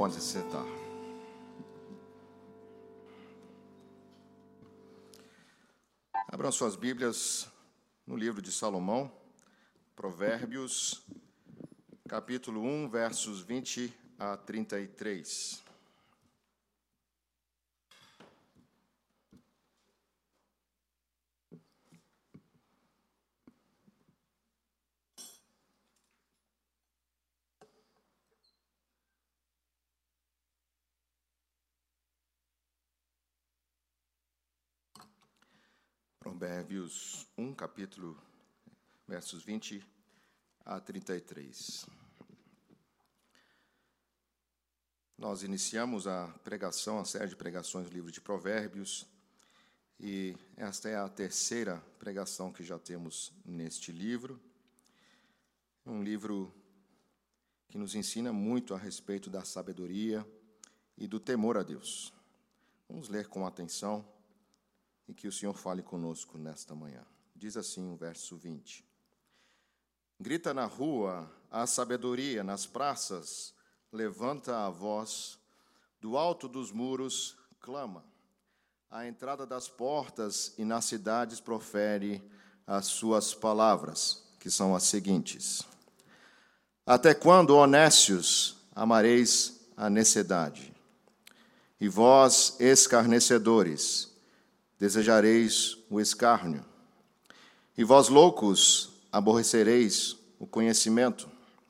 pode se sentar. Abram suas Bíblias no livro de Salomão, Provérbios, capítulo 1, versos 20 a 33. Provérbios 1, capítulo, versos 20 a 33. Nós iniciamos a pregação, a série de pregações do livro de Provérbios, e esta é a terceira pregação que já temos neste livro. Um livro que nos ensina muito a respeito da sabedoria e do temor a Deus. Vamos ler com atenção e que o Senhor fale conosco nesta manhã. Diz assim o verso 20. Grita na rua a sabedoria, nas praças levanta a voz, do alto dos muros clama, à entrada das portas e nas cidades profere as suas palavras, que são as seguintes. Até quando, ó nécios, amareis a necessidade? E vós, escarnecedores, desejareis o escárnio. E vós, loucos, aborrecereis o conhecimento.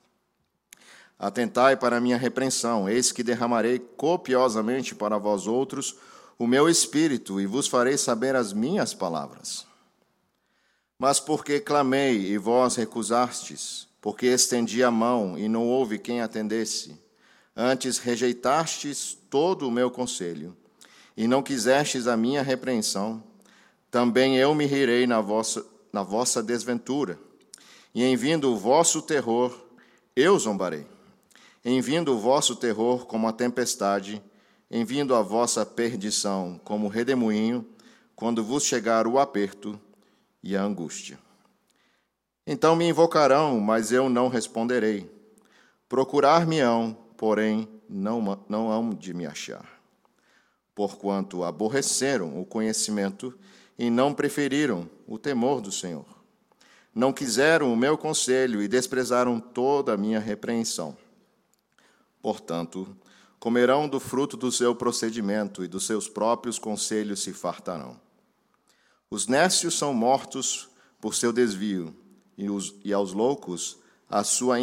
Atentai para a minha repreensão, eis que derramarei copiosamente para vós outros o meu espírito, e vos farei saber as minhas palavras. Mas porque clamei, e vós recusastes, porque estendi a mão, e não houve quem atendesse, antes rejeitastes todo o meu conselho, e não quisestes a minha repreensão, também eu me rirei na vossa desventura, e em vindo o vosso terror, eu zombarei. Em vindo o vosso terror como a tempestade, em vindo a vossa perdição como redemoinho, quando vos chegar o aperto e a angústia. Então me invocarão, mas eu não responderei. Procurar-me-ão, porém não hão de me achar. Porquanto aborreceram o conhecimento e não preferiram o temor do Senhor. Não quiseram o meu conselho e desprezaram toda a minha repreensão. Portanto, comerão do fruto do seu procedimento e dos seus próprios conselhos se fartarão. Os nécios são mortos por seu desvio, e aos loucos a sua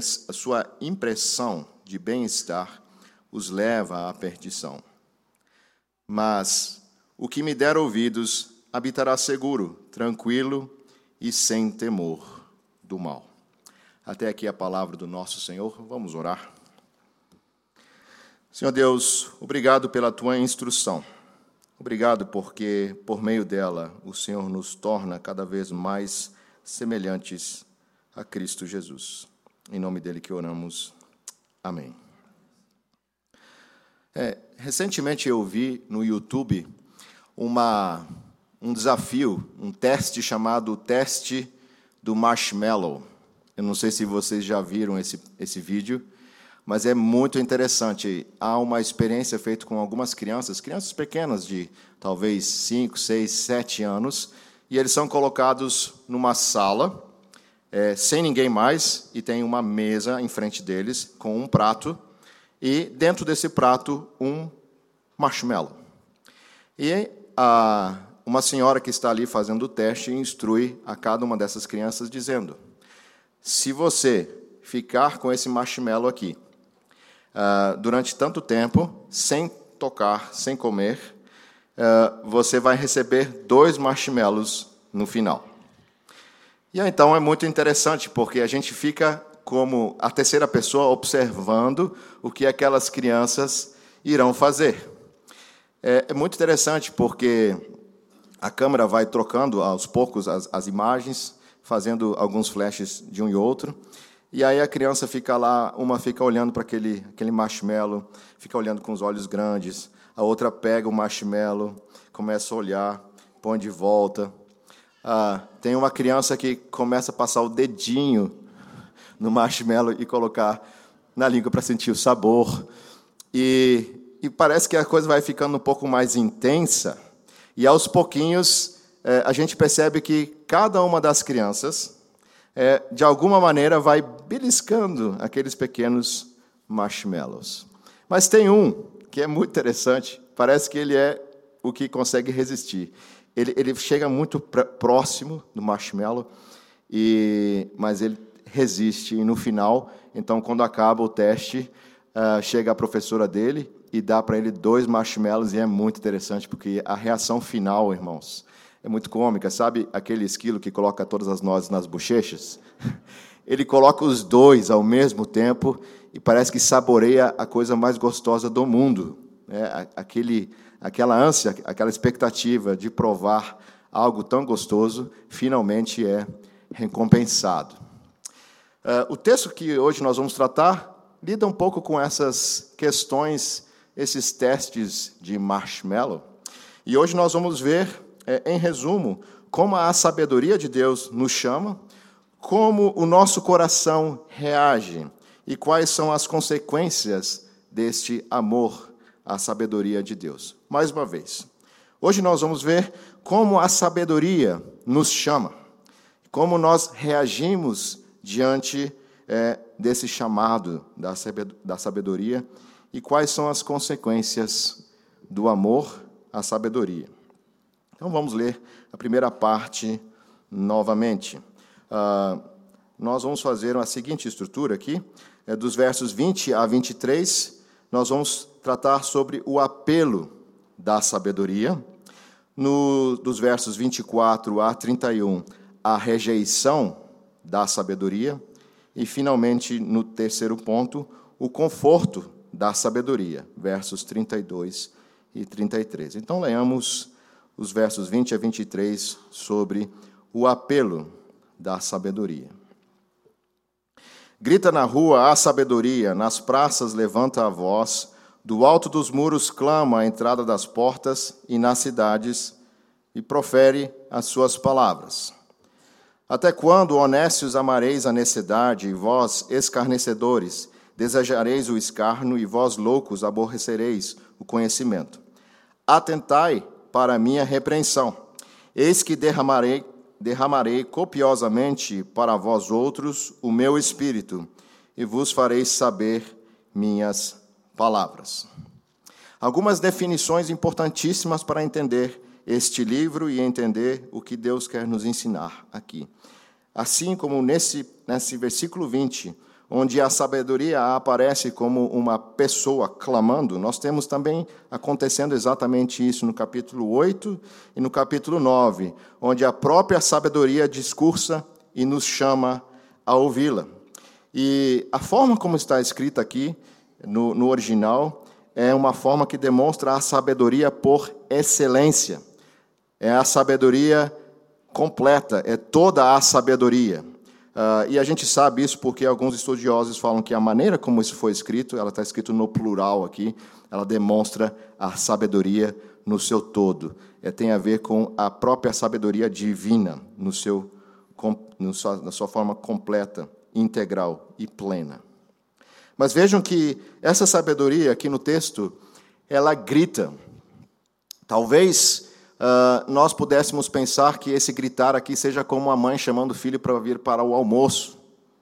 impressão de bem-estar os leva à perdição. Mas o que me der ouvidos habitará seguro, tranquilo e sem temor do mal. Até aqui a palavra do nosso Senhor. Vamos orar. Senhor Deus, obrigado pela tua instrução. Obrigado porque, por meio dela, o Senhor nos torna cada vez mais semelhantes a Cristo Jesus. Em nome dele que oramos. Amém. Recentemente eu vi no YouTube um desafio, um teste chamado Teste do Marshmallow. Eu não sei se vocês já viram esse vídeo, mas é muito interessante. Há uma experiência feita com algumas crianças pequenas de talvez 5, 6, 7 anos, e eles são colocados numa sala, sem ninguém mais, e tem uma mesa em frente deles com um prato, e dentro desse prato, um marshmallow. E uma senhora que está ali fazendo o teste instrui a cada uma dessas crianças dizendo: se você ficar com esse marshmallow aqui durante tanto tempo, sem tocar, sem comer, você vai receber 2 marshmallows no final. E então é muito interessante, porque a gente fica como a terceira pessoa observando o que aquelas crianças irão fazer. É muito interessante, porque a câmera vai trocando aos poucos as imagens, fazendo alguns flashes de um e outro, e aí a criança fica lá, uma fica olhando para aquele marshmallow, fica olhando com os olhos grandes, a outra pega o marshmallow, começa a olhar, põe de volta. Tem uma criança que começa a passar o dedinho no marshmallow e colocar na língua para sentir o sabor. E parece que a coisa vai ficando um pouco mais intensa, e aos pouquinhos a gente percebe que cada uma das crianças, de alguma maneira, vai beliscando aqueles pequenos marshmallows. Mas tem um que é muito interessante, parece que ele é o que consegue resistir. Ele chega muito próximo do marshmallow, mas ele resiste. E no final, então, quando acaba o teste, chega a professora dele e dá para ele 2 marshmallows, e é muito interessante, porque a reação final, irmãos, é muito cômica. Sabe aquele esquilo que coloca todas as nozes nas bochechas? Ele coloca os 2 ao mesmo tempo e parece que saboreia a coisa mais gostosa do mundo. Aquela ânsia, aquela expectativa de provar algo tão gostoso, finalmente é recompensado. O texto que hoje nós vamos tratar lida um pouco com essas questões, esses testes de marshmallow. E hoje nós vamos ver, em resumo, como a sabedoria de Deus nos chama, como o nosso coração reage e quais são as consequências deste amor à sabedoria de Deus. Mais uma vez, hoje nós vamos ver como a sabedoria nos chama, como nós reagimos diante desse chamado da sabedoria e quais são as consequências do amor à sabedoria. Então vamos ler a primeira parte novamente. Nós vamos fazer a seguinte estrutura aqui, dos versos 20 a 23, nós vamos tratar sobre o apelo da sabedoria. Dos versos 24 a 31, a rejeição da sabedoria. E, finalmente, no terceiro ponto, o conforto da sabedoria, versos 32 e 33. Então, leamos os versos 20 a 23 sobre o apelo da sabedoria. Grita na rua a sabedoria, nas praças levanta a voz, do alto dos muros clama a entrada das portas e nas cidades, e profere as suas palavras. Até quando, honestos, amareis a necessidade, e vós, escarnecedores, desejareis o escárnio, e vós, loucos, aborrecereis o conhecimento? Atentai para a minha repreensão. Eis que derramarei copiosamente para vós outros o meu espírito, e vos farei saber minhas palavras. Algumas definições importantíssimas para entender este livro e entender o que Deus quer nos ensinar aqui. Assim como nesse versículo 20, onde a sabedoria aparece como uma pessoa clamando, nós temos também acontecendo exatamente isso no capítulo 8 e no capítulo 9, onde a própria sabedoria discursa e nos chama a ouvi-la. E a forma como está escrita aqui, no original, é uma forma que demonstra a sabedoria por excelência. É a sabedoria completa, é toda a sabedoria. E a gente sabe isso porque alguns estudiosos falam que a maneira como isso foi escrito, ela está escrito no plural aqui, ela demonstra a sabedoria no seu todo. Tem a ver com a própria sabedoria divina, na sua forma completa, integral e plena. Mas vejam que essa sabedoria aqui no texto, ela grita. Talvez nós pudéssemos pensar que esse gritar aqui seja como uma mãe chamando o filho para vir para o almoço,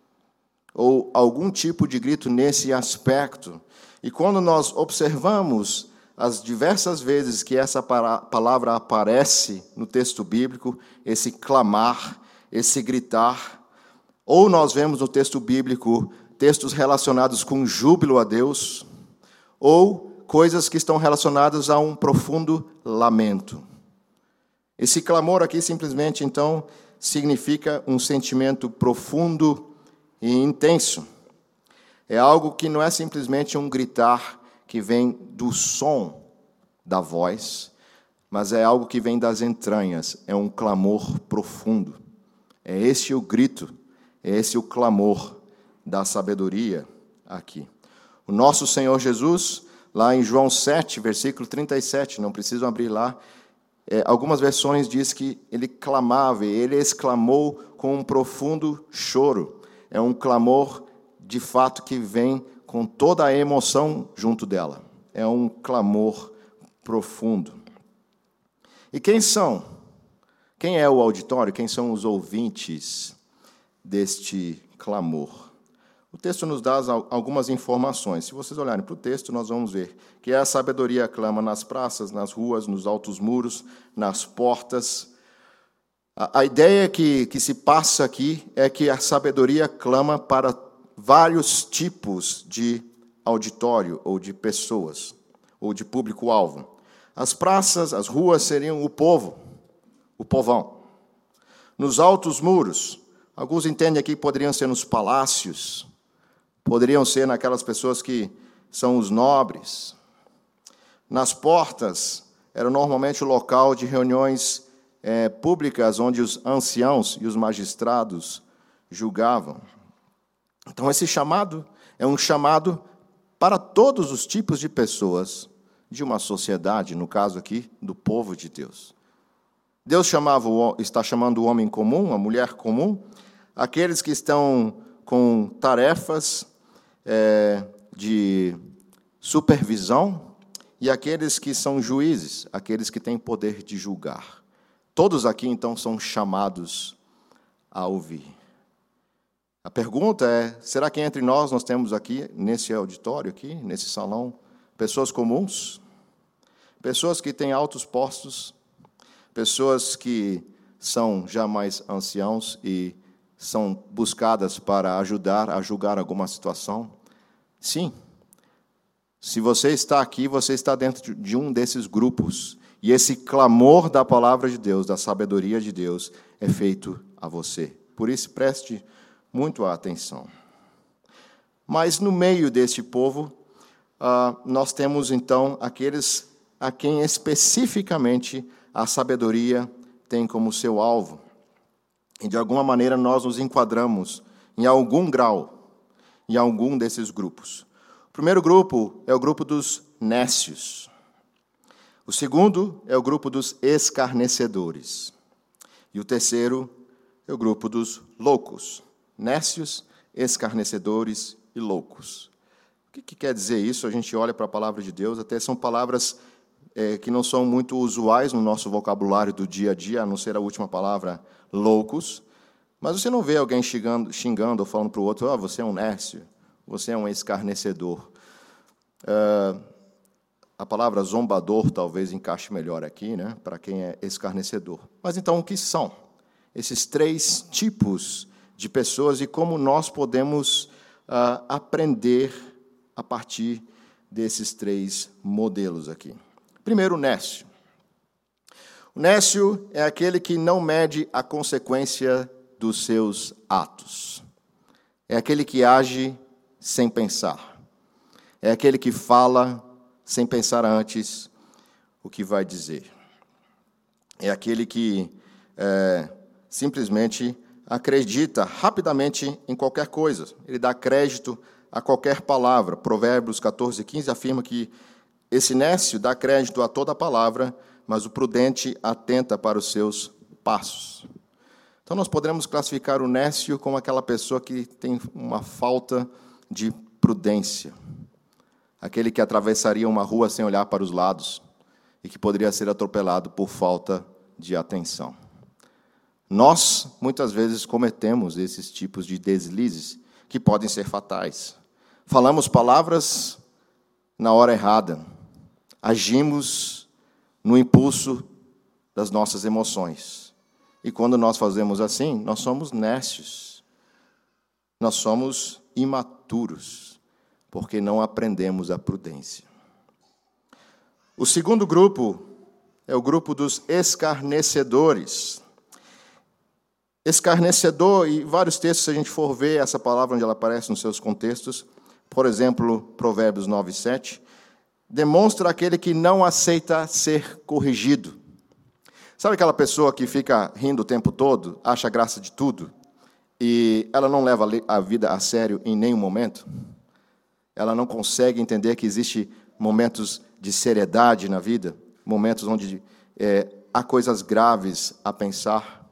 ou algum tipo de grito nesse aspecto. E quando nós observamos as diversas vezes que essa palavra aparece no texto bíblico, esse clamar, esse gritar, ou nós vemos no texto bíblico textos relacionados com júbilo a Deus, ou coisas que estão relacionadas a um profundo lamento. Esse clamor aqui simplesmente, então, significa um sentimento profundo e intenso. É algo que não é simplesmente um gritar que vem do som da voz, mas é algo que vem das entranhas, é um clamor profundo. É esse o grito, é esse o clamor da sabedoria aqui. O nosso Senhor Jesus, lá em João 7, versículo 37, não precisam abrir lá, algumas versões diz que ele clamava, ele exclamou com um profundo choro. É um clamor, de fato, que vem com toda a emoção junto dela. É um clamor profundo. E quem são? Quem é o auditório? Quem são os ouvintes deste clamor? O texto nos dá algumas informações. Se vocês olharem para o texto, nós vamos ver que a sabedoria clama nas praças, nas ruas, nos altos muros, nas portas. A ideia que se passa aqui é que a sabedoria clama para vários tipos de auditório, ou de pessoas, ou de público-alvo. As praças, as ruas seriam o povo, o povão. Nos altos muros, alguns entendem aqui que poderiam ser nos palácios, poderiam ser naquelas pessoas que são os nobres. Nas portas, era normalmente o local de reuniões públicas, onde os anciãos e os magistrados julgavam. Então, esse chamado é um chamado para todos os tipos de pessoas de uma sociedade, no caso aqui, do povo de Deus. Deus está chamando o homem comum, a mulher comum, aqueles que estão com tarefas de supervisão e aqueles que são juízes, aqueles que têm poder de julgar. Todos aqui, então, são chamados a ouvir. A pergunta é, será que entre nós temos aqui, nesse auditório aqui, nesse salão, pessoas comuns? Pessoas que têm altos postos? Pessoas que são já mais anciãos e são buscadas para ajudar a julgar alguma situação? Sim. Se você está aqui, você está dentro de um desses grupos. E esse clamor da palavra de Deus, da sabedoria de Deus, é feito a você. Por isso, preste muito atenção. Mas no meio deste povo, nós temos então aqueles a quem especificamente a sabedoria tem como seu alvo. E de alguma maneira nós nos enquadramos em algum grau, em algum desses grupos. O primeiro grupo é o grupo dos nécios. O segundo é o grupo dos escarnecedores. E o terceiro é o grupo dos loucos. Nécios, escarnecedores e loucos. O que quer dizer isso? A gente olha para a palavra de Deus, até são palavras que não são muito usuais no nosso vocabulário do dia a dia, a não ser a última palavra, loucos. Mas você não vê alguém xingando ou falando para o outro, você é um nécio, você é um escarnecedor. A palavra zombador talvez encaixe melhor aqui, né, para quem é escarnecedor. Mas então, o que são esses três tipos de pessoas e como nós podemos aprender a partir desses três modelos aqui? Primeiro, o nécio. O nécio é aquele que não mede a consequência dos seus atos. É aquele que age sem pensar. É aquele que fala sem pensar antes o que vai dizer. É aquele que simplesmente acredita rapidamente em qualquer coisa. Ele dá crédito a qualquer palavra. Provérbios 14:15 afirma que esse nécio dá crédito a toda palavra, mas o prudente atenta para os seus passos. Então, nós poderemos classificar o nécio como aquela pessoa que tem uma falta de prudência. Aquele que atravessaria uma rua sem olhar para os lados e que poderia ser atropelado por falta de atenção. Nós, muitas vezes, cometemos esses tipos de deslizes que podem ser fatais. Falamos palavras na hora errada. Agimos no impulso das nossas emoções. E quando nós fazemos assim, nós somos nécios. Nós somos imaturos, porque não aprendemos a prudência. O segundo grupo é o grupo dos escarnecedores. Escarnecedor, e vários textos, se a gente for ver essa palavra onde ela aparece nos seus contextos, por exemplo, Provérbios 9:7, demonstra aquele que não aceita ser corrigido. Sabe aquela pessoa que fica rindo o tempo todo, acha graça de tudo, e ela não leva a vida a sério em nenhum momento? Ela não consegue entender que existem momentos de seriedade na vida, momentos onde há coisas graves a pensar.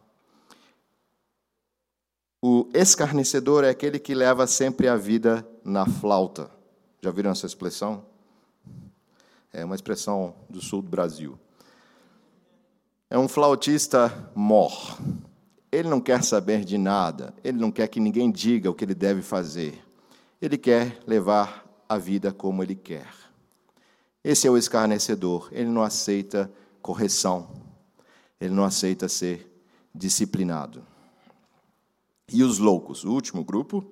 O escarnecedor é aquele que leva sempre a vida na flauta, Já viram essa expressão? É uma expressão do sul do Brasil. É um flautista mor. Ele não quer saber de nada. Ele não quer que ninguém diga o que ele deve fazer. Ele quer levar a vida como ele quer. Esse é o escarnecedor. Ele não aceita correção. Ele não aceita ser disciplinado. E os loucos, o último grupo.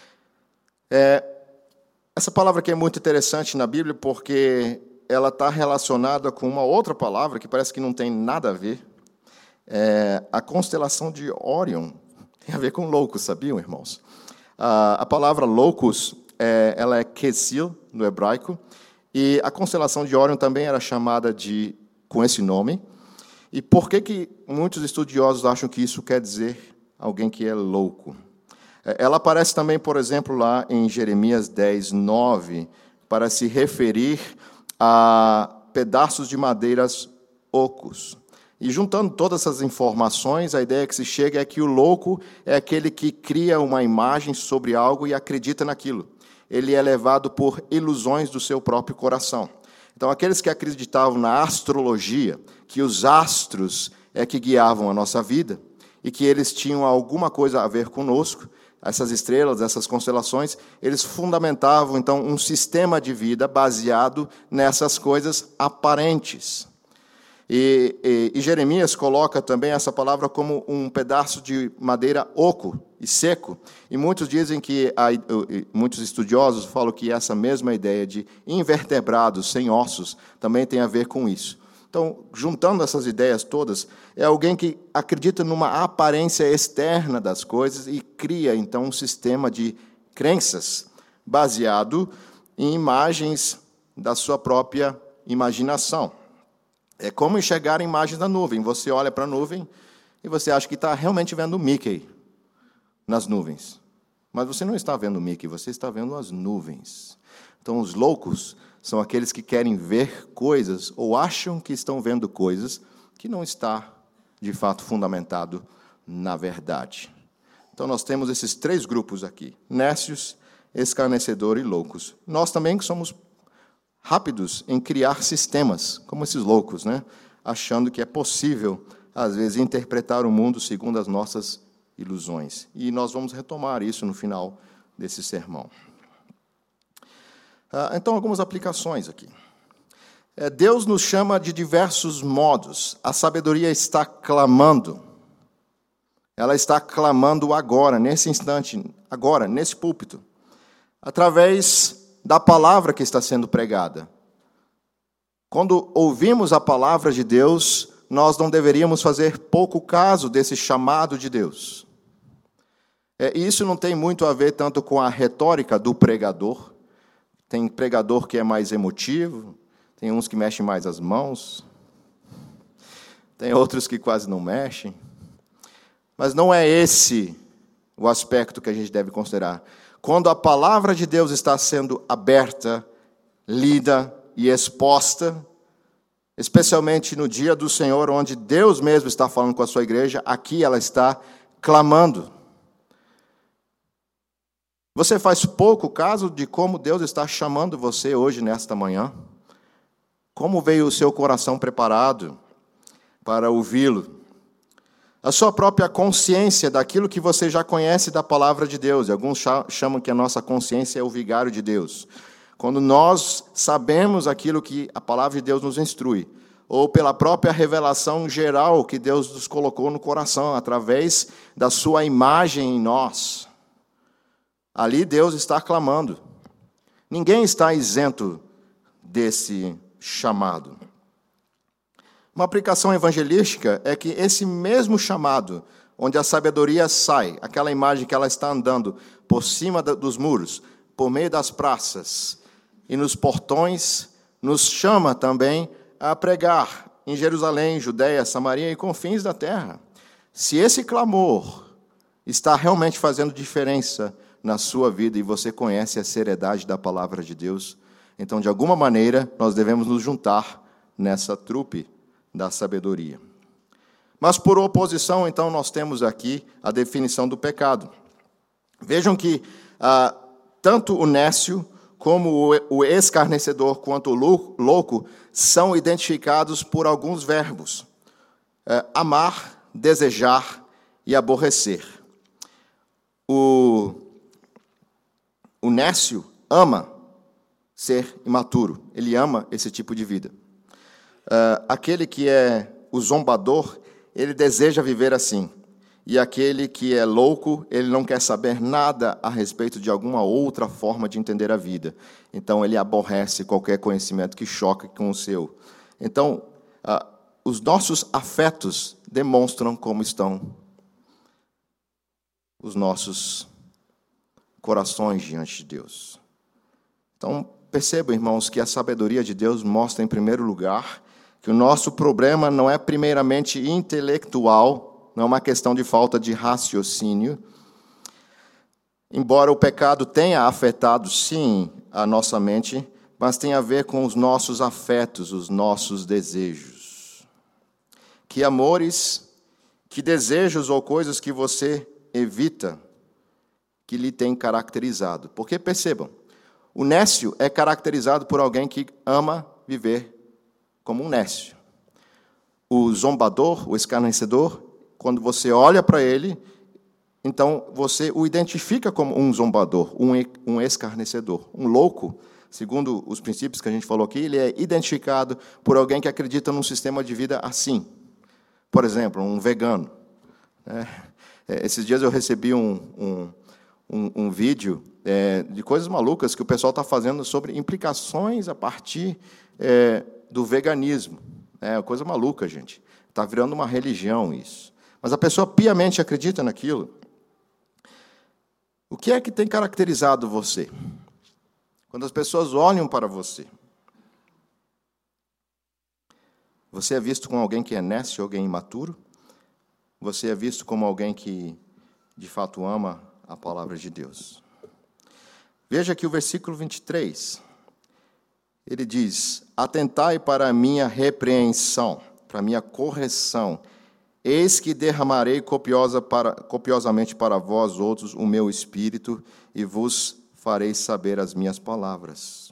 Essa palavra aqui é muito interessante na Bíblia porque ela está relacionada com uma outra palavra que parece que não tem nada a ver. A constelação de Órion tem a ver com loucos, sabiam, irmãos? A palavra loucos, ela é Kesil, no hebraico, e a constelação de Órion também era chamada com esse nome. E por que muitos estudiosos acham que isso quer dizer alguém que é louco? Ela aparece também, por exemplo, lá em Jeremias 10, 9, para se referir a pedaços de madeiras ocos. E juntando todas essas informações, a ideia que se chega é que o louco é aquele que cria uma imagem sobre algo e acredita naquilo. Ele é levado por ilusões do seu próprio coração. Então, aqueles que acreditavam na astrologia, que os astros é que guiavam a nossa vida, e que eles tinham alguma coisa a ver conosco, essas estrelas, essas constelações, eles fundamentavam, então, um sistema de vida baseado nessas coisas aparentes. E Jeremias coloca também essa palavra como um pedaço de madeira oco e seco. E muitos dizem muitos estudiosos falam que essa mesma ideia de invertebrados sem ossos também tem a ver com isso. Então, juntando essas ideias todas, é alguém que acredita numa aparência externa das coisas e cria, então, um sistema de crenças baseado em imagens da sua própria imaginação. É como enxergar imagens na nuvem. Você olha para a nuvem e você acha que está realmente vendo o Mickey nas nuvens. Mas você não está vendo o Mickey, você está vendo as nuvens. Então, os loucos são aqueles que querem ver coisas ou acham que estão vendo coisas que não está, de fato, fundamentado na verdade. Então, nós temos esses três grupos aqui: nécios, escarnecedor e loucos. Nós também somos rápidos em criar sistemas, como esses loucos, né? Achando que é possível, às vezes, interpretar o mundo segundo as nossas ilusões. E nós vamos retomar isso no final desse sermão. Então, algumas aplicações aqui. Deus nos chama de diversos modos. A sabedoria está clamando. Ela está clamando agora, nesse instante, agora, nesse púlpito, através da palavra que está sendo pregada. Quando ouvimos a palavra de Deus, nós não deveríamos fazer pouco caso desse chamado de Deus. Isso não tem muito a ver tanto com a retórica do pregador. Tem pregador que é mais emotivo, tem uns que mexem mais as mãos, tem outros que quase não mexem. Mas não é esse o aspecto que a gente deve considerar. Quando a palavra de Deus está sendo aberta, lida e exposta, especialmente no dia do Senhor, onde Deus mesmo está falando com a sua igreja, aqui ela está clamando. Você faz pouco caso de como Deus está chamando você hoje, nesta manhã? Como veio o seu coração preparado para ouvi-lo? A sua própria consciência daquilo que você já conhece da palavra de Deus. E alguns chamam que a nossa consciência é o vigário de Deus. Quando nós sabemos aquilo que a palavra de Deus nos instrui, ou pela própria revelação geral que Deus nos colocou no coração, através da sua imagem em nós. Ali Deus está clamando. Ninguém está isento desse chamado. Uma aplicação evangelística é que esse mesmo chamado, onde a sabedoria sai, aquela imagem que ela está andando por cima dos muros, por meio das praças e nos portões, nos chama também a pregar em Jerusalém, Judeia, Samaria e confins da terra. Se esse clamor está realmente fazendo diferença na sua vida e você conhece a seriedade da palavra de Deus, então, de alguma maneira, nós devemos nos juntar nessa trupe da sabedoria. Mas, por oposição, então, nós temos aqui a definição do pecado. Vejam que tanto o nécio como o escarnecedor quanto o louco são identificados por alguns verbos: amar, desejar e aborrecer. O nécio ama ser imaturo, ele ama esse tipo de vida. Aquele que é o zombador, ele deseja viver assim. E aquele que é louco, ele não quer saber nada a respeito de alguma outra forma de entender a vida. Então, ele aborrece qualquer conhecimento que choque com o seu. Então, os nossos afetos demonstram como estão os nossos corações diante de Deus. Então, percebam, irmãos, que a sabedoria de Deus mostra, em primeiro lugar, que o nosso problema não é primeiramente intelectual, não é uma questão de falta de raciocínio. Embora o pecado tenha afetado, sim, a nossa mente, mas tem a ver com os nossos afetos, os nossos desejos. Que amores, que desejos ou coisas que você evita, que lhe tem caracterizado. Porque, percebam, o nécio é caracterizado por alguém que ama viver como um nécio. O zombador, o escarnecedor, quando você olha para ele, então você o identifica como um zombador, um escarnecedor. Um louco, segundo os princípios que a gente falou aqui, ele é identificado por alguém que acredita num sistema de vida assim. Por exemplo, um vegano. Esses dias eu recebi um vídeo de coisas malucas que o pessoal está fazendo sobre implicações a partir do veganismo. É coisa maluca, gente. Está virando uma religião isso. Mas a pessoa piamente acredita naquilo. O que é que tem caracterizado você? Quando as pessoas olham para você, você é visto como alguém que é nécio, alguém imaturo? Você é visto como alguém que, de fato, ama a palavra de Deus? Veja aqui o versículo 23. Ele diz: atentai para a minha repreensão, para a minha correção. Eis que derramarei copiosamente para vós outros o meu espírito, e vos farei saber as minhas palavras.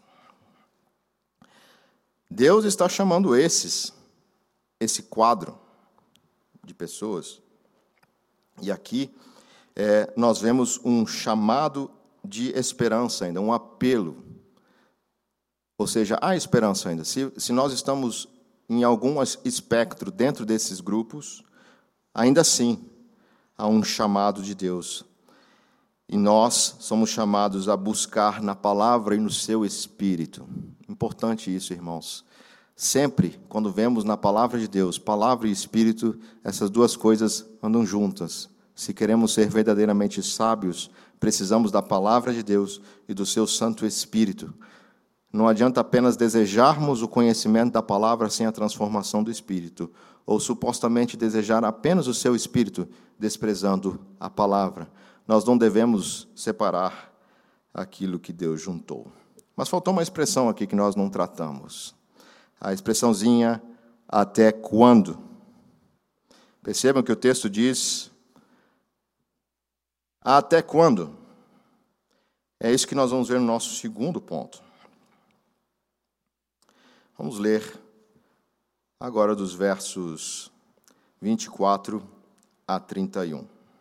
Deus está chamando esse quadro de pessoas, e aqui nós vemos um chamado de esperança ainda, um apelo. Ou seja, há esperança ainda. Se nós estamos em algum espectro dentro desses grupos, ainda assim há um chamado de Deus. E nós somos chamados a buscar na palavra e no seu espírito. Importante isso, irmãos. Sempre, quando vemos na palavra de Deus, palavra e espírito, essas duas coisas andam juntas. Se queremos ser verdadeiramente sábios, precisamos da palavra de Deus e do seu Santo Espírito. Não adianta apenas desejarmos o conhecimento da palavra sem a transformação do Espírito, ou supostamente desejar apenas o seu Espírito, desprezando a palavra. Nós não devemos separar aquilo que Deus juntou. Mas faltou uma expressão aqui que nós não tratamos. A expressãozinha, até quando? Percebam que o texto diz, até quando? É isso que nós vamos ver no nosso segundo ponto. Vamos ler agora dos versos 24 a 31.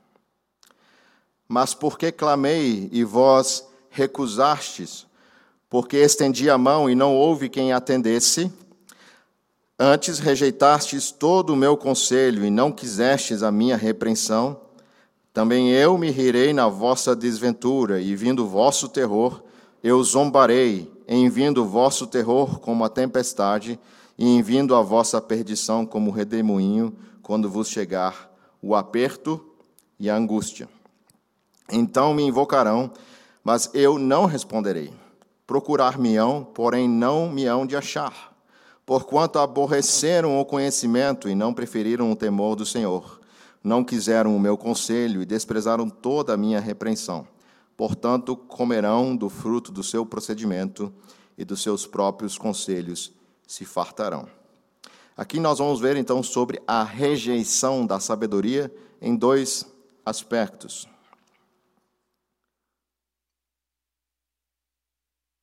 Mas porque clamei e vós recusastes, porque estendi a mão e não houve quem atendesse, antes rejeitastes todo o meu conselho e não quisestes a minha repreensão, também eu me rirei na vossa desventura, e vindo o vosso terror, eu zombarei, em vindo o vosso terror como a tempestade, e em vindo a vossa perdição como o redemoinho, quando vos chegar o aperto e a angústia. Então me invocarão, mas eu não responderei. Procurar-me-ão, porém não me hão de achar. Porquanto aborreceram o conhecimento e não preferiram o temor do Senhor. Não quiseram o meu conselho e desprezaram toda a minha repreensão. Portanto, comerão do fruto do seu procedimento e dos seus próprios conselhos se fartarão. Aqui nós vamos ver, então, sobre a rejeição da sabedoria em dois aspectos.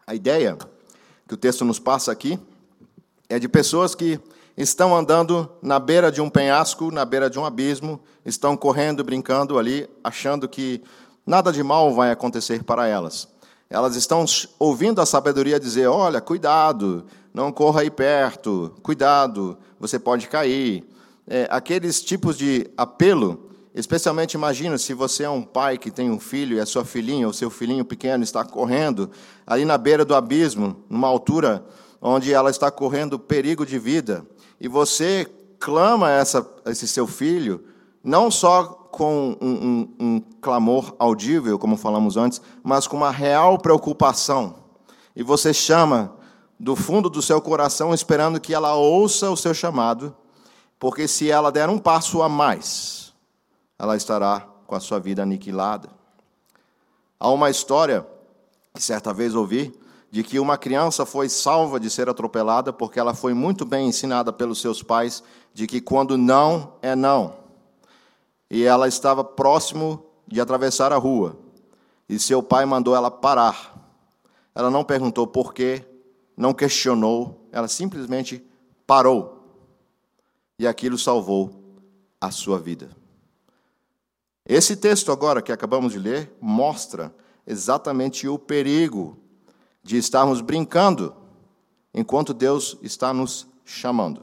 A ideia que o texto nos passa aqui é de pessoas que estão andando na beira de um penhasco, na beira de um abismo, estão correndo, brincando ali, achando que nada de mal vai acontecer para elas. Elas estão ouvindo a sabedoria dizer, olha, cuidado, não corra aí perto, cuidado, você pode cair. Aqueles tipos de apelo, especialmente imagina se você é um pai que tem um filho e a sua filhinha, ou seu filhinho pequeno está correndo ali na beira do abismo, numa altura onde ela está correndo perigo de vida, e você clama esse seu filho, não só com um clamor audível, como falamos antes, mas com uma real preocupação. E você chama do fundo do seu coração, esperando que ela ouça o seu chamado, porque se ela der um passo a mais, ela estará com a sua vida aniquilada. Há uma história que certa vez ouvi, de que uma criança foi salva de ser atropelada porque ela foi muito bem ensinada pelos seus pais de que quando não é não. E ela estava próximo de atravessar a rua. E seu pai mandou ela parar. Ela não perguntou por quê, não questionou, ela simplesmente parou. E aquilo salvou a sua vida. Esse texto agora que acabamos de ler mostra exatamente o perigo de estarmos brincando enquanto Deus está nos chamando.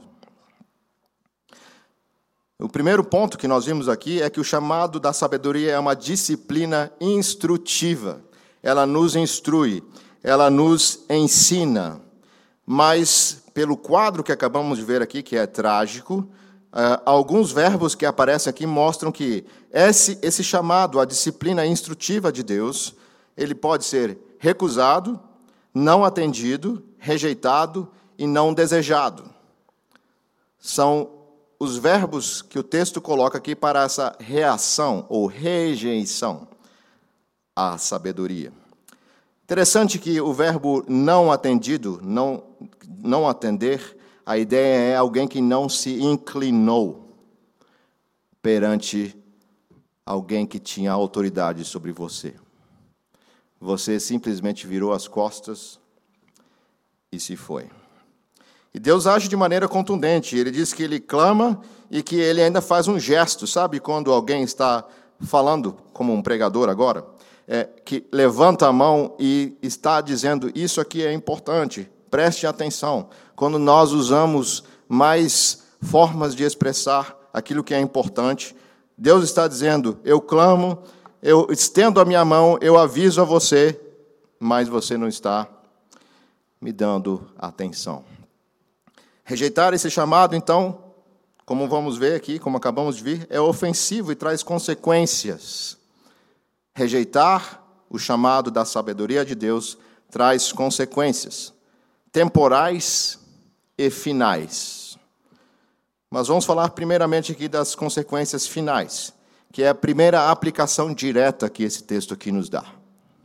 O primeiro ponto que nós vimos aqui é que o chamado da sabedoria é uma disciplina instrutiva. Ela nos instrui, ela nos ensina. Mas, pelo quadro que acabamos de ver aqui, que é trágico, alguns verbos que aparecem aqui mostram que esse chamado, a disciplina instrutiva de Deus, ele pode ser recusado, não atendido, rejeitado e não desejado. São os verbos que o texto coloca aqui para essa reação ou rejeição à sabedoria. Interessante que o verbo não atendido, não atender, a ideia é alguém que não se inclinou perante alguém que tinha autoridade sobre você. Você simplesmente virou as costas e se foi. E Deus age de maneira contundente. Ele diz que ele clama e que ele ainda faz um gesto. Sabe quando alguém está falando, como um pregador agora, que levanta a mão e está dizendo, isso aqui é importante, preste atenção. Quando nós usamos mais formas de expressar aquilo que é importante, Deus está dizendo, eu clamo, eu estendo a minha mão, eu aviso a você, mas você não está me dando atenção. Rejeitar esse chamado, então, como vamos ver aqui, como acabamos de ver, é ofensivo e traz consequências. Rejeitar o chamado da sabedoria de Deus traz consequências temporais e finais. Mas vamos falar primeiramente aqui das consequências finais, que é a primeira aplicação direta que esse texto aqui nos dá.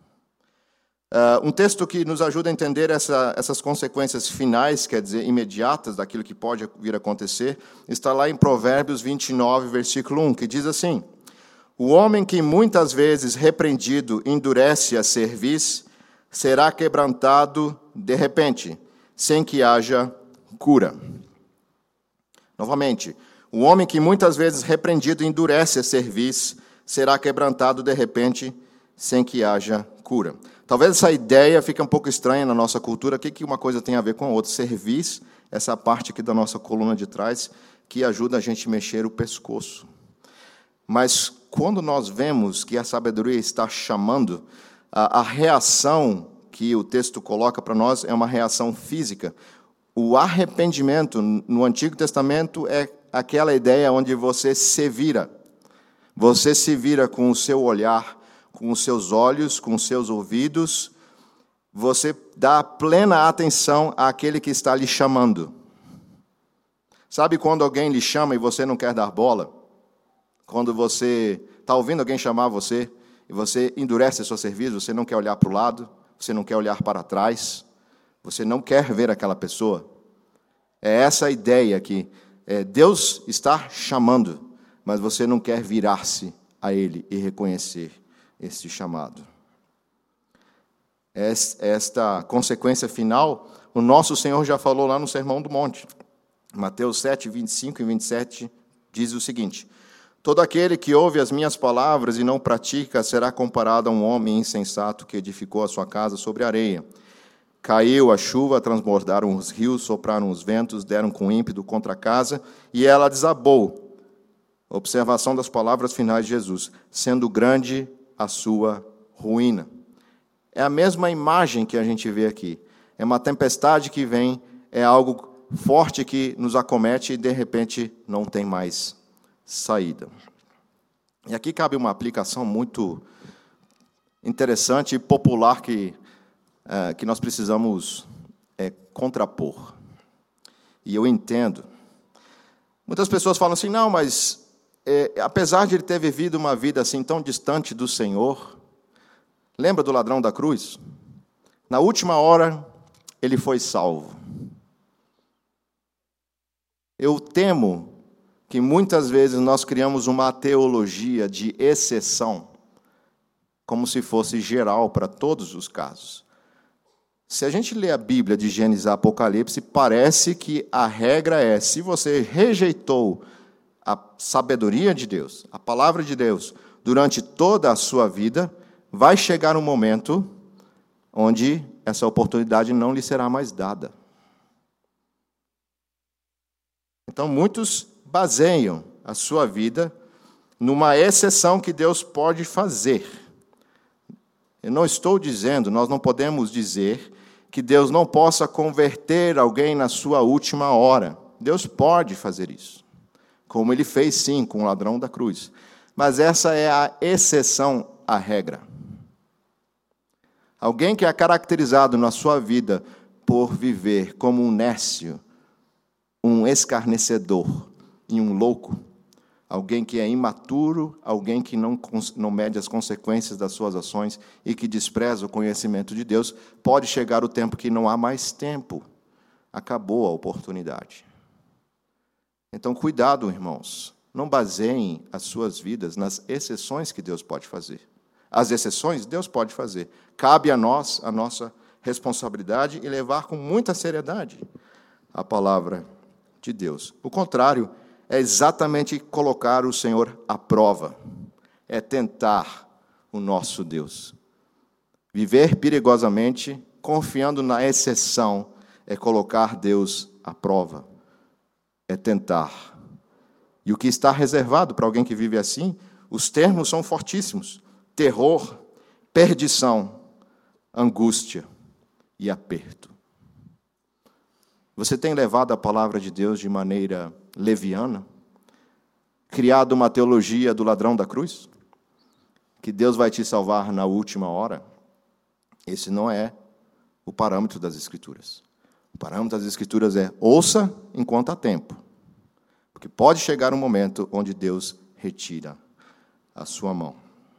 Um texto que nos ajuda a entender essas consequências finais, quer dizer, imediatas, daquilo que pode vir a acontecer, está lá em Provérbios 29, versículo 1, que diz assim, o homem que muitas vezes repreendido endurece a cerviz, será quebrantado de repente, sem que haja cura. Novamente, o homem que muitas vezes repreendido endurece a cerviz, será quebrantado de repente, sem que haja cura. Talvez essa ideia fique um pouco estranha na nossa cultura. O que uma coisa tem a ver com a outra? Cerviz, essa parte aqui da nossa coluna de trás, que ajuda a gente a mexer o pescoço. Mas quando nós vemos que a sabedoria está chamando, a reação que o texto coloca para nós é uma reação física. O arrependimento, no Antigo Testamento, é aquela ideia onde você se vira. Você se vira com o seu olhar, com os seus olhos, com os seus ouvidos. Você dá plena atenção àquele que está lhe chamando. Sabe quando alguém lhe chama e você não quer dar bola? Quando você está ouvindo alguém chamar você e você endurece a sua cerviz, você não quer olhar para o lado, você não quer olhar para trás, você não quer ver aquela pessoa. É essa a ideia que Deus está chamando, mas você não quer virar-se a Ele e reconhecer esse chamado. esta consequência final, o nosso Senhor já falou lá no Sermão do Monte. Mateus 7, 25 e 27 diz o seguinte: todo aquele que ouve as minhas palavras e não pratica será comparado a um homem insensato que edificou a sua casa sobre areia. Caiu a chuva, transbordaram os rios, sopraram os ventos, deram com ímpeto contra a casa, e ela desabou. Observação das palavras finais de Jesus: sendo grande a sua ruína. É a mesma imagem que a gente vê aqui. É uma tempestade que vem, é algo forte que nos acomete e, de repente, não tem mais saída. E aqui cabe uma aplicação muito interessante e popular que nós precisamos contrapor. E eu entendo. Muitas pessoas falam assim, não, mas apesar de ele ter vivido uma vida assim tão distante do Senhor, lembra do ladrão da cruz? Na última hora, ele foi salvo. Eu temo que muitas vezes nós criamos uma teologia de exceção, como se fosse geral para todos os casos. Se a gente lê a Bíblia de Gênesis a Apocalipse, parece que a regra é, se você rejeitou a sabedoria de Deus, a palavra de Deus, durante toda a sua vida, vai chegar um momento onde essa oportunidade não lhe será mais dada. Então, muitos baseiam a sua vida numa exceção que Deus pode fazer. Eu não estou dizendo, nós não podemos dizer que Deus não possa converter alguém na sua última hora. Deus pode fazer isso, como Ele fez sim com o ladrão da cruz. Mas essa é a exceção à regra. Alguém que é caracterizado na sua vida por viver como um nécio, um escarnecedor e um louco, alguém que é imaturo, alguém que não mede as consequências das suas ações e que despreza o conhecimento de Deus, pode chegar o tempo que não há mais tempo. Acabou a oportunidade. Então, cuidado, irmãos. Não baseiem as suas vidas nas exceções que Deus pode fazer. As exceções, Deus pode fazer. Cabe a nós a nossa responsabilidade e levar com muita seriedade a palavra de Deus. O contrário é exatamente colocar o Senhor à prova. É tentar o nosso Deus. Viver perigosamente, confiando na exceção, é colocar Deus à prova. É tentar. E o que está reservado para alguém que vive assim, os termos são fortíssimos. Terror, perdição, angústia e aperto. Você tem levado a palavra de Deus de maneira leviana? Criado uma teologia do ladrão da cruz? Que Deus vai te salvar na última hora? Esse não é o parâmetro das Escrituras. O parâmetro das Escrituras é ouça enquanto há tempo. Porque pode chegar um momento onde Deus retira a sua mão.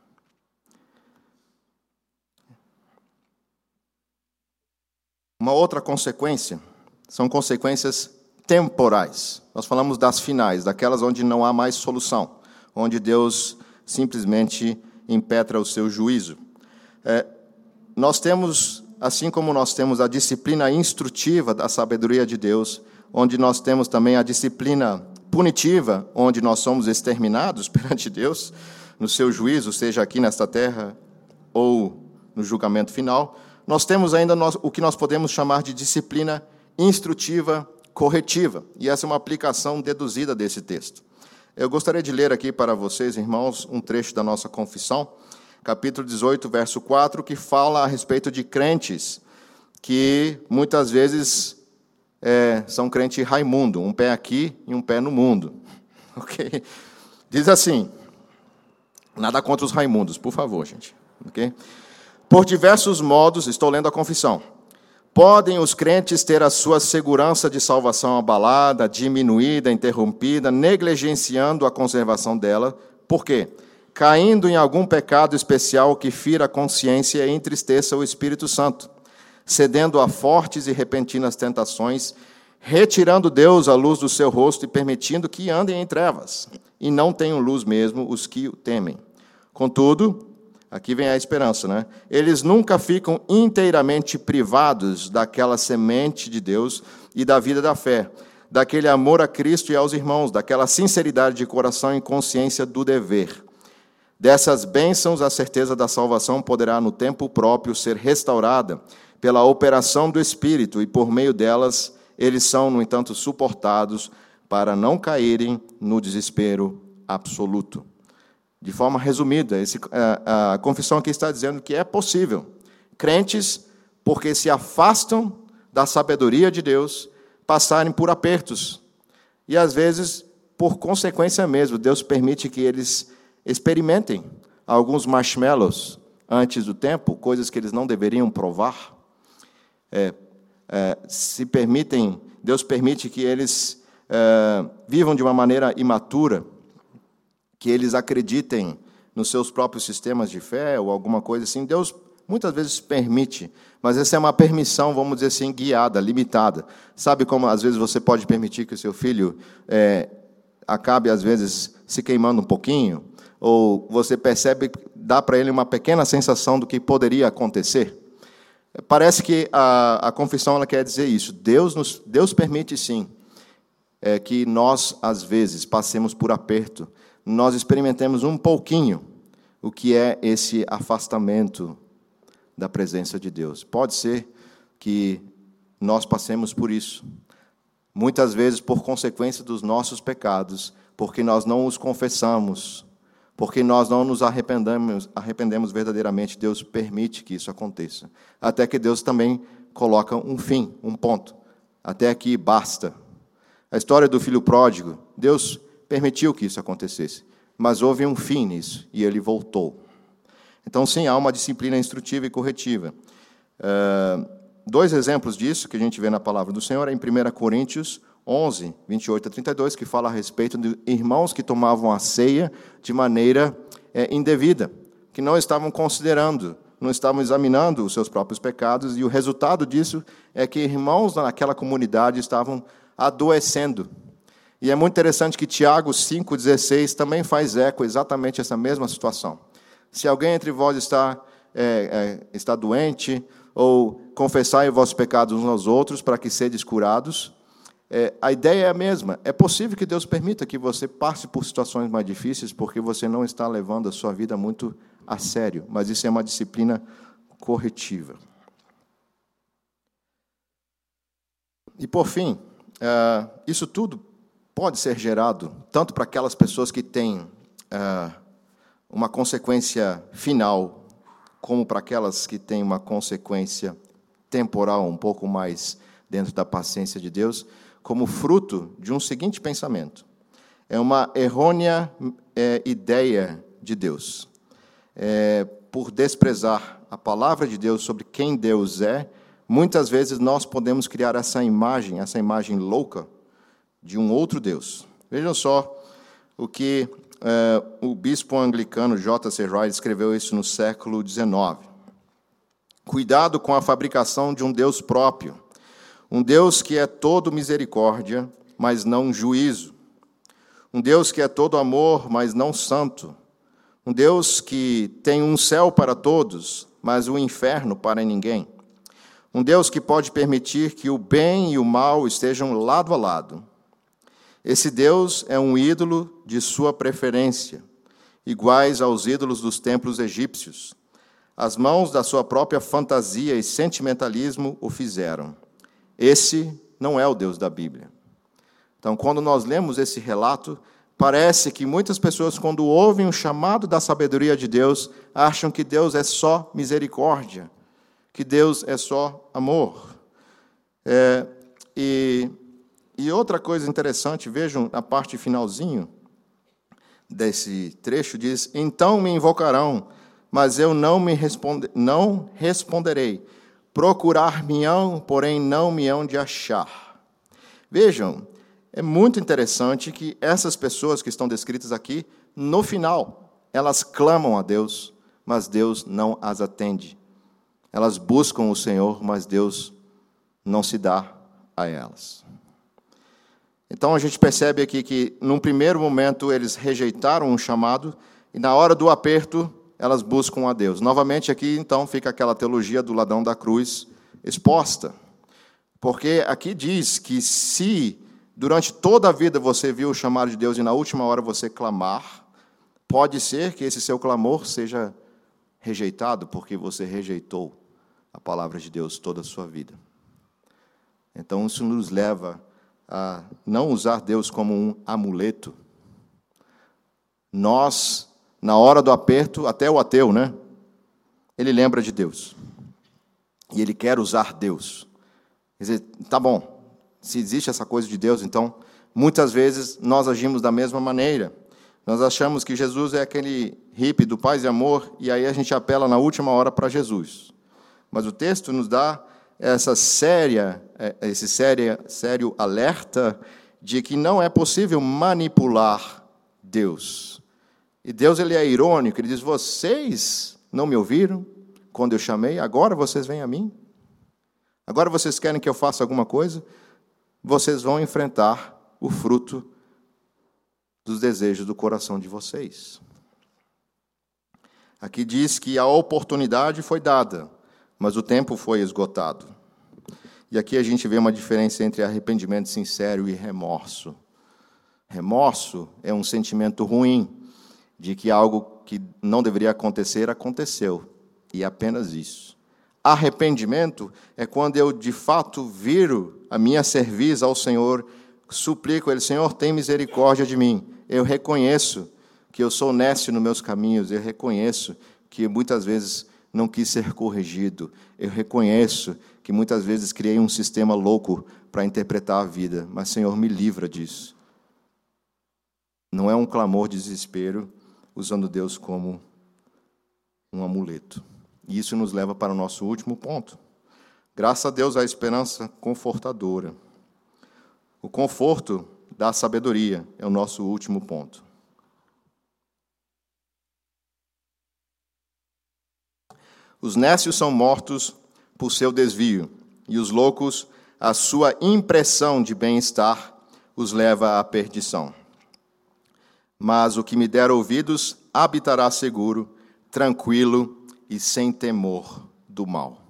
Uma outra consequência são consequências temporais. Nós falamos das finais, daquelas onde não há mais solução, onde Deus simplesmente impetra o seu juízo. Nós temos, assim como nós temos a disciplina instrutiva da sabedoria de Deus, onde nós temos também a disciplina punitiva, onde nós somos exterminados perante Deus, no seu juízo, seja aqui nesta terra ou no julgamento final, nós temos ainda o que nós podemos chamar de disciplina instrutiva corretiva. E essa é uma aplicação deduzida desse texto. Eu gostaria de ler aqui para vocês, irmãos, um trecho da nossa confissão, capítulo 18, verso 4, que fala a respeito de crentes que muitas vezes são crente Raimundo, um pé aqui e um pé no mundo. Okay? Diz assim, nada contra os Raimundos, por favor, gente. Okay? Por diversos modos, estou lendo a confissão, podem os crentes ter a sua segurança de salvação abalada, diminuída, interrompida, negligenciando a conservação dela. Por quê? Caindo em algum pecado especial que fira a consciência e entristeça o Espírito Santo, cedendo a fortes e repentinas tentações, retirando Deus a luz do seu rosto e permitindo que andem em trevas, e não tenham luz mesmo os que o temem. Contudo, Aqui vem a esperança, né? Eles nunca ficam inteiramente privados daquela semente de Deus e da vida da fé, daquele amor a Cristo e aos irmãos, daquela sinceridade de coração e consciência do dever. Dessas bênçãos, a certeza da salvação poderá, no tempo próprio, ser restaurada pela operação do Espírito, e por meio delas, eles são, no entanto, suportados para não caírem no desespero absoluto. De forma resumida, a confissão aqui está dizendo que é possível crentes, porque se afastam da sabedoria de Deus, passarem por apertos. E, às vezes, por consequência mesmo, Deus permite que eles experimentem alguns marshmallows antes do tempo, coisas que eles não deveriam provar. Deus permite que eles vivam de uma maneira imatura, que eles acreditem nos seus próprios sistemas de fé ou alguma coisa assim. Deus muitas vezes permite, mas essa é uma permissão, vamos dizer assim, guiada, limitada. Sabe como às vezes você pode permitir que o seu filho acabe, às vezes, se queimando um pouquinho, ou você percebe, dá para ele uma pequena sensação do que poderia acontecer? Parece que a confissão ela quer dizer isso. Deus permite, sim, que nós, às vezes, passemos por aperto, nós experimentemos um pouquinho o que é esse afastamento da presença de Deus. Pode ser que nós passemos por isso, muitas vezes por consequência dos nossos pecados, porque nós não os confessamos, porque nós não nos arrependemos verdadeiramente. Deus permite que isso aconteça, até que Deus também coloca um fim, um ponto. Até aqui basta. A história do filho pródigo, Deus permitiu que isso acontecesse, mas houve um fim nisso, e ele voltou. Então, sim, há uma disciplina instrutiva e corretiva. Dois exemplos disso que a gente vê na palavra do Senhor é em 1 Coríntios 11, 28 a 32, que fala a respeito de irmãos que tomavam a ceia de maneira indevida, que não estavam considerando, não estavam examinando os seus próprios pecados, e o resultado disso é que irmãos naquela comunidade estavam adoecendo. E é muito interessante que Tiago 5,16 também faz eco exatamente essa mesma situação. Se alguém entre vós está doente, ou confessai os vossos pecados uns aos outros, para que sedes curados, a ideia é a mesma. É possível que Deus permita que você passe por situações mais difíceis, porque você não está levando a sua vida muito a sério, mas isso é uma disciplina corretiva. E, por fim, isso tudo pode ser gerado tanto para aquelas pessoas que têm uma consequência final, como para aquelas que têm uma consequência temporal, um pouco mais dentro da paciência de Deus, como fruto de um seguinte pensamento. É uma errônea ideia de Deus. Por desprezar a palavra de Deus sobre quem Deus é, muitas vezes nós podemos criar essa imagem louca de um outro Deus. Vejam só o que o bispo anglicano J.C. Ryle escreveu isso no século XIX. Cuidado com a fabricação de um Deus próprio, um Deus que é todo misericórdia, mas não juízo, um Deus que é todo amor, mas não santo, um Deus que tem um céu para todos, mas um inferno para ninguém, um Deus que pode permitir que o bem e o mal estejam lado a lado. Esse Deus é um ídolo de sua preferência, iguais aos ídolos dos templos egípcios. As mãos da sua própria fantasia e sentimentalismo o fizeram. Esse não é o Deus da Bíblia. Então, quando nós lemos esse relato, parece que muitas pessoas, quando ouvem o chamado da sabedoria de Deus, acham que Deus é só misericórdia, que Deus é só amor. E outra coisa interessante, vejam a parte finalzinho desse trecho, diz: então me invocarão, mas eu não responderei. Procurar-me-ão, porém não me hão de achar. Vejam, é muito interessante que essas pessoas que estão descritas aqui, no final, elas clamam a Deus, mas Deus não as atende. Elas buscam o Senhor, mas Deus não se dá a elas. Então, a gente percebe aqui que, num primeiro momento, eles rejeitaram o chamado, e na hora do aperto, elas buscam a Deus. Novamente, aqui, então, fica aquela teologia do ladrão da cruz exposta. Porque aqui diz que se durante toda a vida você viu o chamado de Deus e na última hora você clamar, pode ser que esse seu clamor seja rejeitado, porque você rejeitou a palavra de Deus toda a sua vida. Então, isso nos leva a não usar Deus como um amuleto. Nós, na hora do aperto, até o ateu, né? Ele lembra de Deus. E ele quer usar Deus. Quer dizer, tá bom, se existe essa coisa de Deus, então, muitas vezes nós agimos da mesma maneira. Nós achamos que Jesus é aquele hippie do paz e amor, e aí a gente apela na última hora para Jesus. Mas o texto nos dá esse sério alerta de que não é possível manipular Deus. E Deus, ele é irônico, ele diz, vocês não me ouviram quando eu chamei, agora vocês vêm a mim? Agora vocês querem que eu faça alguma coisa? Vocês vão enfrentar o fruto dos desejos do coração de vocês. Aqui diz que a oportunidade foi dada, mas o tempo foi esgotado. E aqui a gente vê uma diferença entre arrependimento sincero e remorso. Remorso é um sentimento ruim de que algo que não deveria acontecer, aconteceu. E é apenas isso. Arrependimento é quando eu, de fato, viro a minha cerviz ao Senhor, suplico a Ele, Senhor, tem misericórdia de mim. Eu reconheço que eu sou nécio nos meus caminhos, eu reconheço que muitas vezes não quis ser corrigido, eu reconheço que muitas vezes criei um sistema louco para interpretar a vida, mas, Senhor, me livra disso. Não é um clamor de desespero, usando Deus como um amuleto. E isso nos leva para o nosso último ponto. Graças a Deus, a esperança confortadora. O conforto da sabedoria é o nosso último ponto. Os nécios são mortos por seu desvio, e os loucos, a sua impressão de bem-estar, os leva à perdição. Mas o que me der ouvidos habitará seguro, tranquilo e sem temor do mal.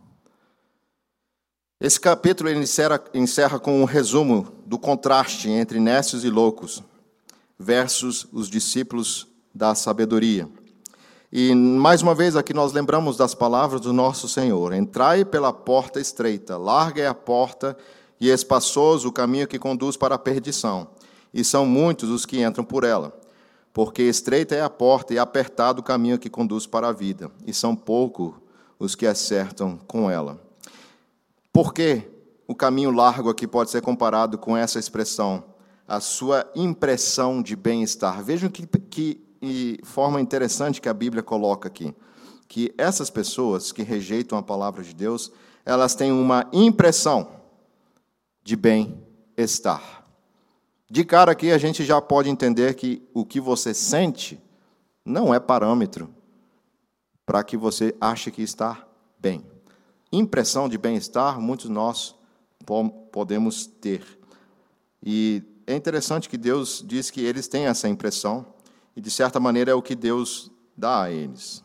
Esse capítulo ele encerra com um resumo do contraste entre nécios e loucos versus os discípulos da sabedoria. E, mais uma vez, aqui nós lembramos das palavras do nosso Senhor. Entrai pela porta estreita, larga é a porta e espaçoso o caminho que conduz para a perdição. E são muitos os que entram por ela. Porque estreita é a porta e apertado o caminho que conduz para a vida. E são poucos os que acertam com ela. Por que o caminho largo aqui pode ser comparado com essa expressão? A sua impressão de bem-estar. Vejam que forma interessante que a Bíblia coloca aqui. Que essas pessoas que rejeitam a palavra de Deus, elas têm uma impressão de bem-estar. De cara aqui, a gente já pode entender que o que você sente não é parâmetro para que você ache que está bem. Impressão de bem-estar, muitos de nós podemos ter. E é interessante que Deus diz que eles têm essa impressão, e, de certa maneira, é o que Deus dá a eles.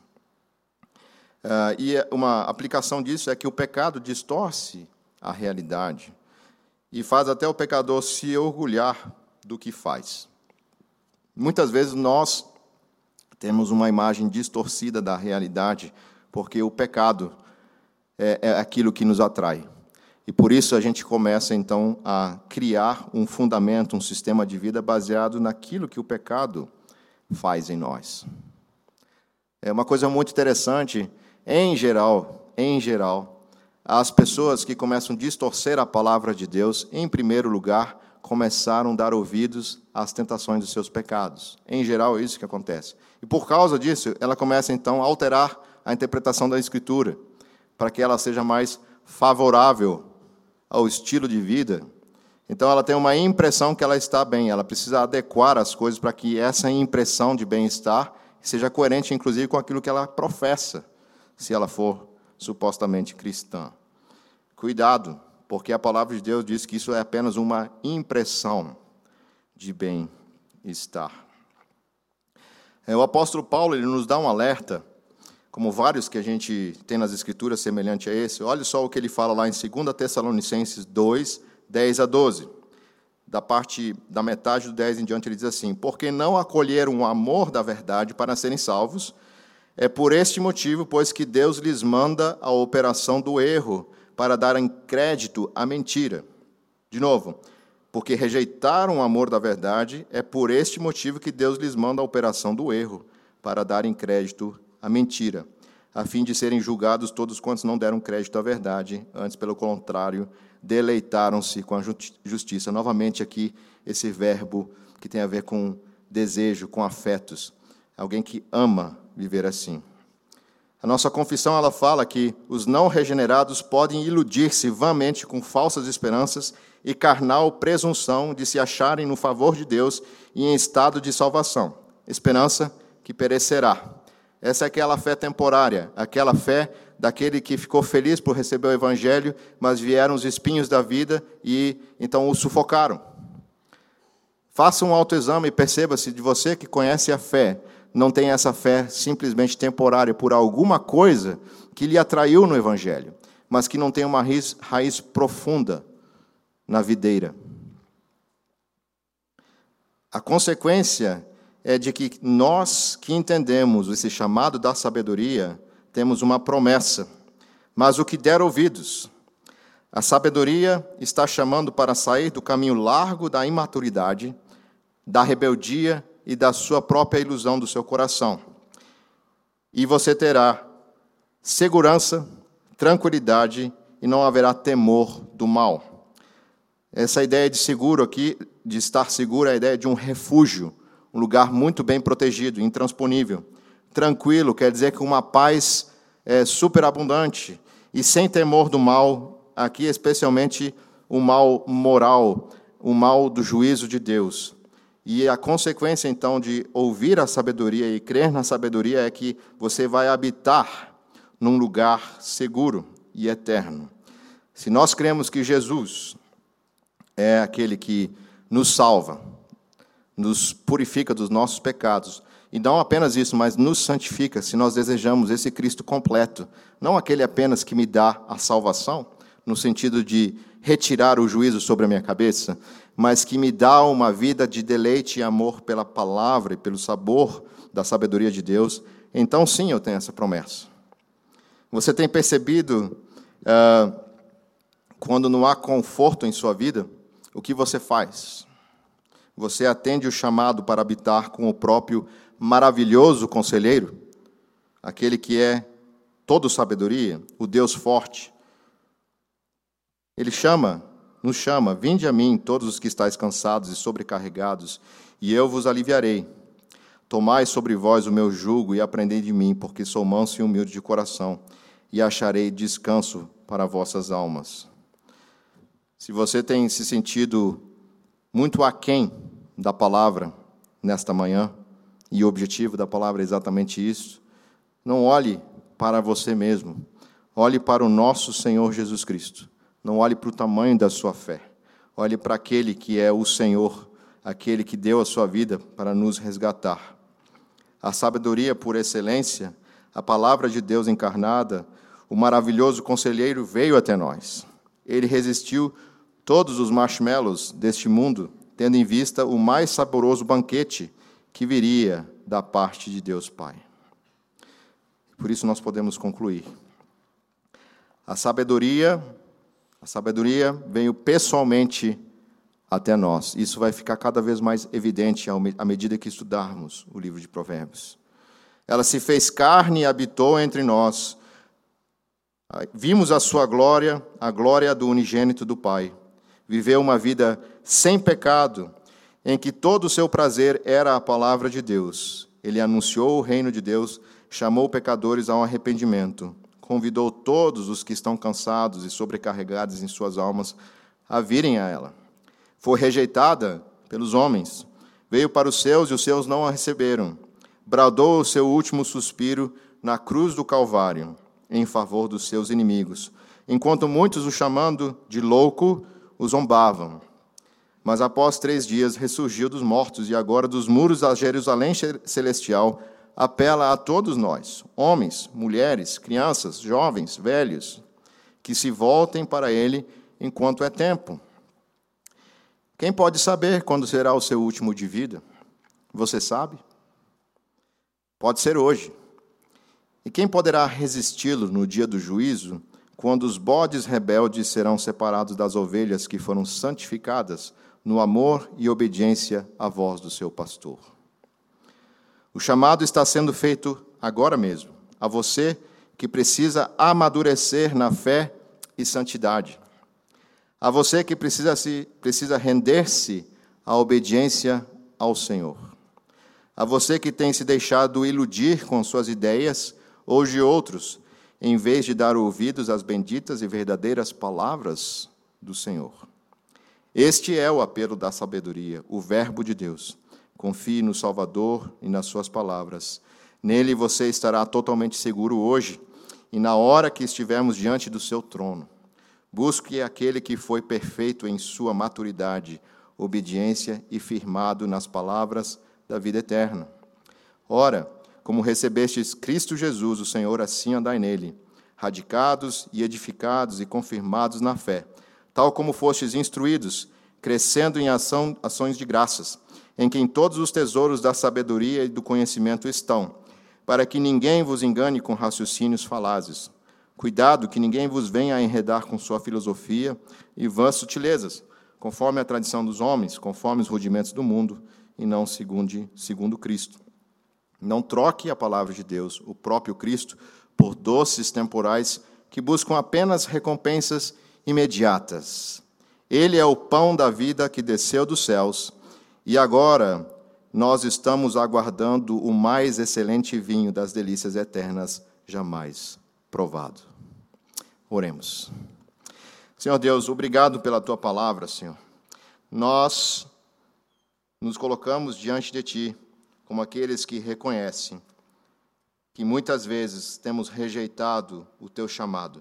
E uma aplicação disso é que o pecado distorce a realidade e faz até o pecador se orgulhar do que faz. Muitas vezes nós temos uma imagem distorcida da realidade, porque o pecado é aquilo que nos atrai. E por isso a gente começa, então, a criar um fundamento, um sistema de vida baseado naquilo que o pecado faz em nós. É uma coisa muito interessante, em geral, as pessoas que começam a distorcer a palavra de Deus, em primeiro lugar, começaram a dar ouvidos às tentações dos seus pecados. Em geral, é isso que acontece. E por causa disso, ela começa, então, a alterar a interpretação da Escritura, para que ela seja mais favorável ao estilo de vida. Então, ela tem uma impressão que ela está bem, ela precisa adequar as coisas para que essa impressão de bem-estar seja coerente, inclusive, com aquilo que ela professa, se ela for supostamente cristã. Cuidado, porque a palavra de Deus diz que isso é apenas uma impressão de bem-estar. O apóstolo Paulo ele nos dá um alerta como vários que a gente tem nas Escrituras semelhante a esse. Olha só o que ele fala lá em 2 Tessalonicenses 2, 10 a 12. Da metade do 10 em diante, ele diz assim: porque não acolheram o amor da verdade para serem salvos, é por este motivo, pois, que Deus lhes manda a operação do erro, para darem crédito à mentira. De novo, porque rejeitaram o amor da verdade, é por este motivo que Deus lhes manda a operação do erro, para darem crédito à mentira, a fim de serem julgados todos quantos não deram crédito à verdade, antes, pelo contrário, deleitaram-se com a justiça. Novamente aqui, esse verbo que tem a ver com desejo, com afetos. Alguém que ama viver assim. A nossa confissão, ela fala que os não regenerados podem iludir-se vãmente com falsas esperanças e carnal presunção de se acharem no favor de Deus e em estado de salvação. Esperança que perecerá. Essa é aquela fé temporária, aquela fé daquele que ficou feliz por receber o Evangelho, mas vieram os espinhos da vida e então o sufocaram. Faça um autoexame e perceba se de você que conhece a fé, não tem essa fé simplesmente temporária por alguma coisa que lhe atraiu no Evangelho, mas que não tem uma raiz profunda na videira. A consequência é de que nós que entendemos esse chamado da sabedoria, temos uma promessa, mas o que der ouvidos. A sabedoria está chamando para sair do caminho largo da imaturidade, da rebeldia e da sua própria ilusão do seu coração. E você terá segurança, tranquilidade e não haverá temor do mal. Essa ideia de seguro aqui, de estar seguro, é a ideia de um refúgio, um lugar muito bem protegido, intransponível. Tranquilo quer dizer que uma paz superabundante e sem temor do mal, aqui especialmente o mal moral, o mal do juízo de Deus. E a consequência, então, de ouvir a sabedoria e crer na sabedoria é que você vai habitar num lugar seguro e eterno. Se nós cremos que Jesus é aquele que nos salva, nos purifica dos nossos pecados, e não apenas isso, mas nos santifica, se nós desejamos esse Cristo completo, não aquele apenas que me dá a salvação, no sentido de retirar o juízo sobre a minha cabeça, mas que me dá uma vida de deleite e amor pela palavra e pelo sabor da sabedoria de Deus, então sim eu tenho essa promessa. Você tem percebido, quando não há conforto em sua vida, o que você faz? Você atende o chamado para habitar com o próprio maravilhoso conselheiro, aquele que é todo sabedoria, o Deus forte. Ele nos chama, vinde a mim, todos os que estáis cansados e sobrecarregados, e eu vos aliviarei. Tomai sobre vós o meu jugo e aprendei de mim, porque sou manso e humilde de coração, e acharei descanso para vossas almas. Se você tem se sentido muito aquém da palavra nesta manhã, e o objetivo da palavra é exatamente isso, não olhe para você mesmo, olhe para o nosso Senhor Jesus Cristo. Não olhe para o tamanho da sua fé. Olhe para aquele que é o Senhor, aquele que deu a sua vida para nos resgatar. A sabedoria por excelência, a palavra de Deus encarnada, o maravilhoso conselheiro veio até nós. Ele resistiu todos os marshmallows deste mundo, tendo em vista o mais saboroso banquete que viria da parte de Deus Pai. Por isso nós podemos concluir. A sabedoria veio pessoalmente até nós. Isso vai ficar cada vez mais evidente à medida que estudarmos o livro de Provérbios. Ela se fez carne e habitou entre nós. Vimos a sua glória, a glória do unigênito do Pai. Viveu uma vida sem pecado, em que todo o seu prazer era a palavra de Deus. Ele anunciou o reino de Deus, chamou pecadores ao arrependimento. Convidou todos os que estão cansados e sobrecarregados em suas almas a virem a ela. Foi rejeitada pelos homens, veio para os seus e os seus não a receberam. Bradou o seu último suspiro na cruz do Calvário, em favor dos seus inimigos, enquanto muitos o chamando de louco, o zombavam. Mas após 3 dias ressurgiu dos mortos e agora dos muros da Jerusalém celestial apela a todos nós, homens, mulheres, crianças, jovens, velhos, que se voltem para Ele enquanto é tempo. Quem pode saber quando será o seu último de vida? Você sabe? Pode ser hoje. E quem poderá resisti-lo no dia do juízo, quando os bodes rebeldes serão separados das ovelhas que foram santificadas no amor e obediência à voz do seu pastor? O chamado está sendo feito agora mesmo, a você que precisa amadurecer na fé e santidade. A você que precisa render-se à obediência ao Senhor. A você que tem se deixado iludir com suas ideias ou de outros, em vez de dar ouvidos às benditas e verdadeiras palavras do Senhor. Este é o apelo da sabedoria, o Verbo de Deus. Confie no Salvador e nas suas palavras. Nele você estará totalmente seguro hoje e na hora que estivermos diante do seu trono. Busque aquele que foi perfeito em sua maturidade, obediência e firmado nas palavras da vida eterna. Ora, como recebestes Cristo Jesus, o Senhor, assim andai nele, radicados e edificados e confirmados na fé, tal como fostes instruídos, crescendo em ações de graças, em quem todos os tesouros da sabedoria e do conhecimento estão, para que ninguém vos engane com raciocínios falazes. Cuidado que ninguém vos venha a enredar com sua filosofia e vãs sutilezas, conforme a tradição dos homens, conforme os rudimentos do mundo, e não segundo Cristo. Não troque a palavra de Deus, o próprio Cristo, por doces temporais que buscam apenas recompensas imediatas. Ele é o pão da vida que desceu dos céus, e agora nós estamos aguardando o mais excelente vinho das delícias eternas jamais provado. Oremos. Senhor Deus, obrigado pela Tua palavra, Senhor. Nós nos colocamos diante de Ti como aqueles que reconhecem que muitas vezes temos rejeitado o Teu chamado.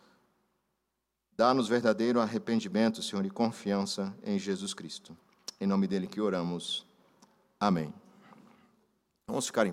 Dá-nos verdadeiro arrependimento, Senhor, e confiança em Jesus Cristo. Em nome dele que oramos. Amém. Vamos ficar em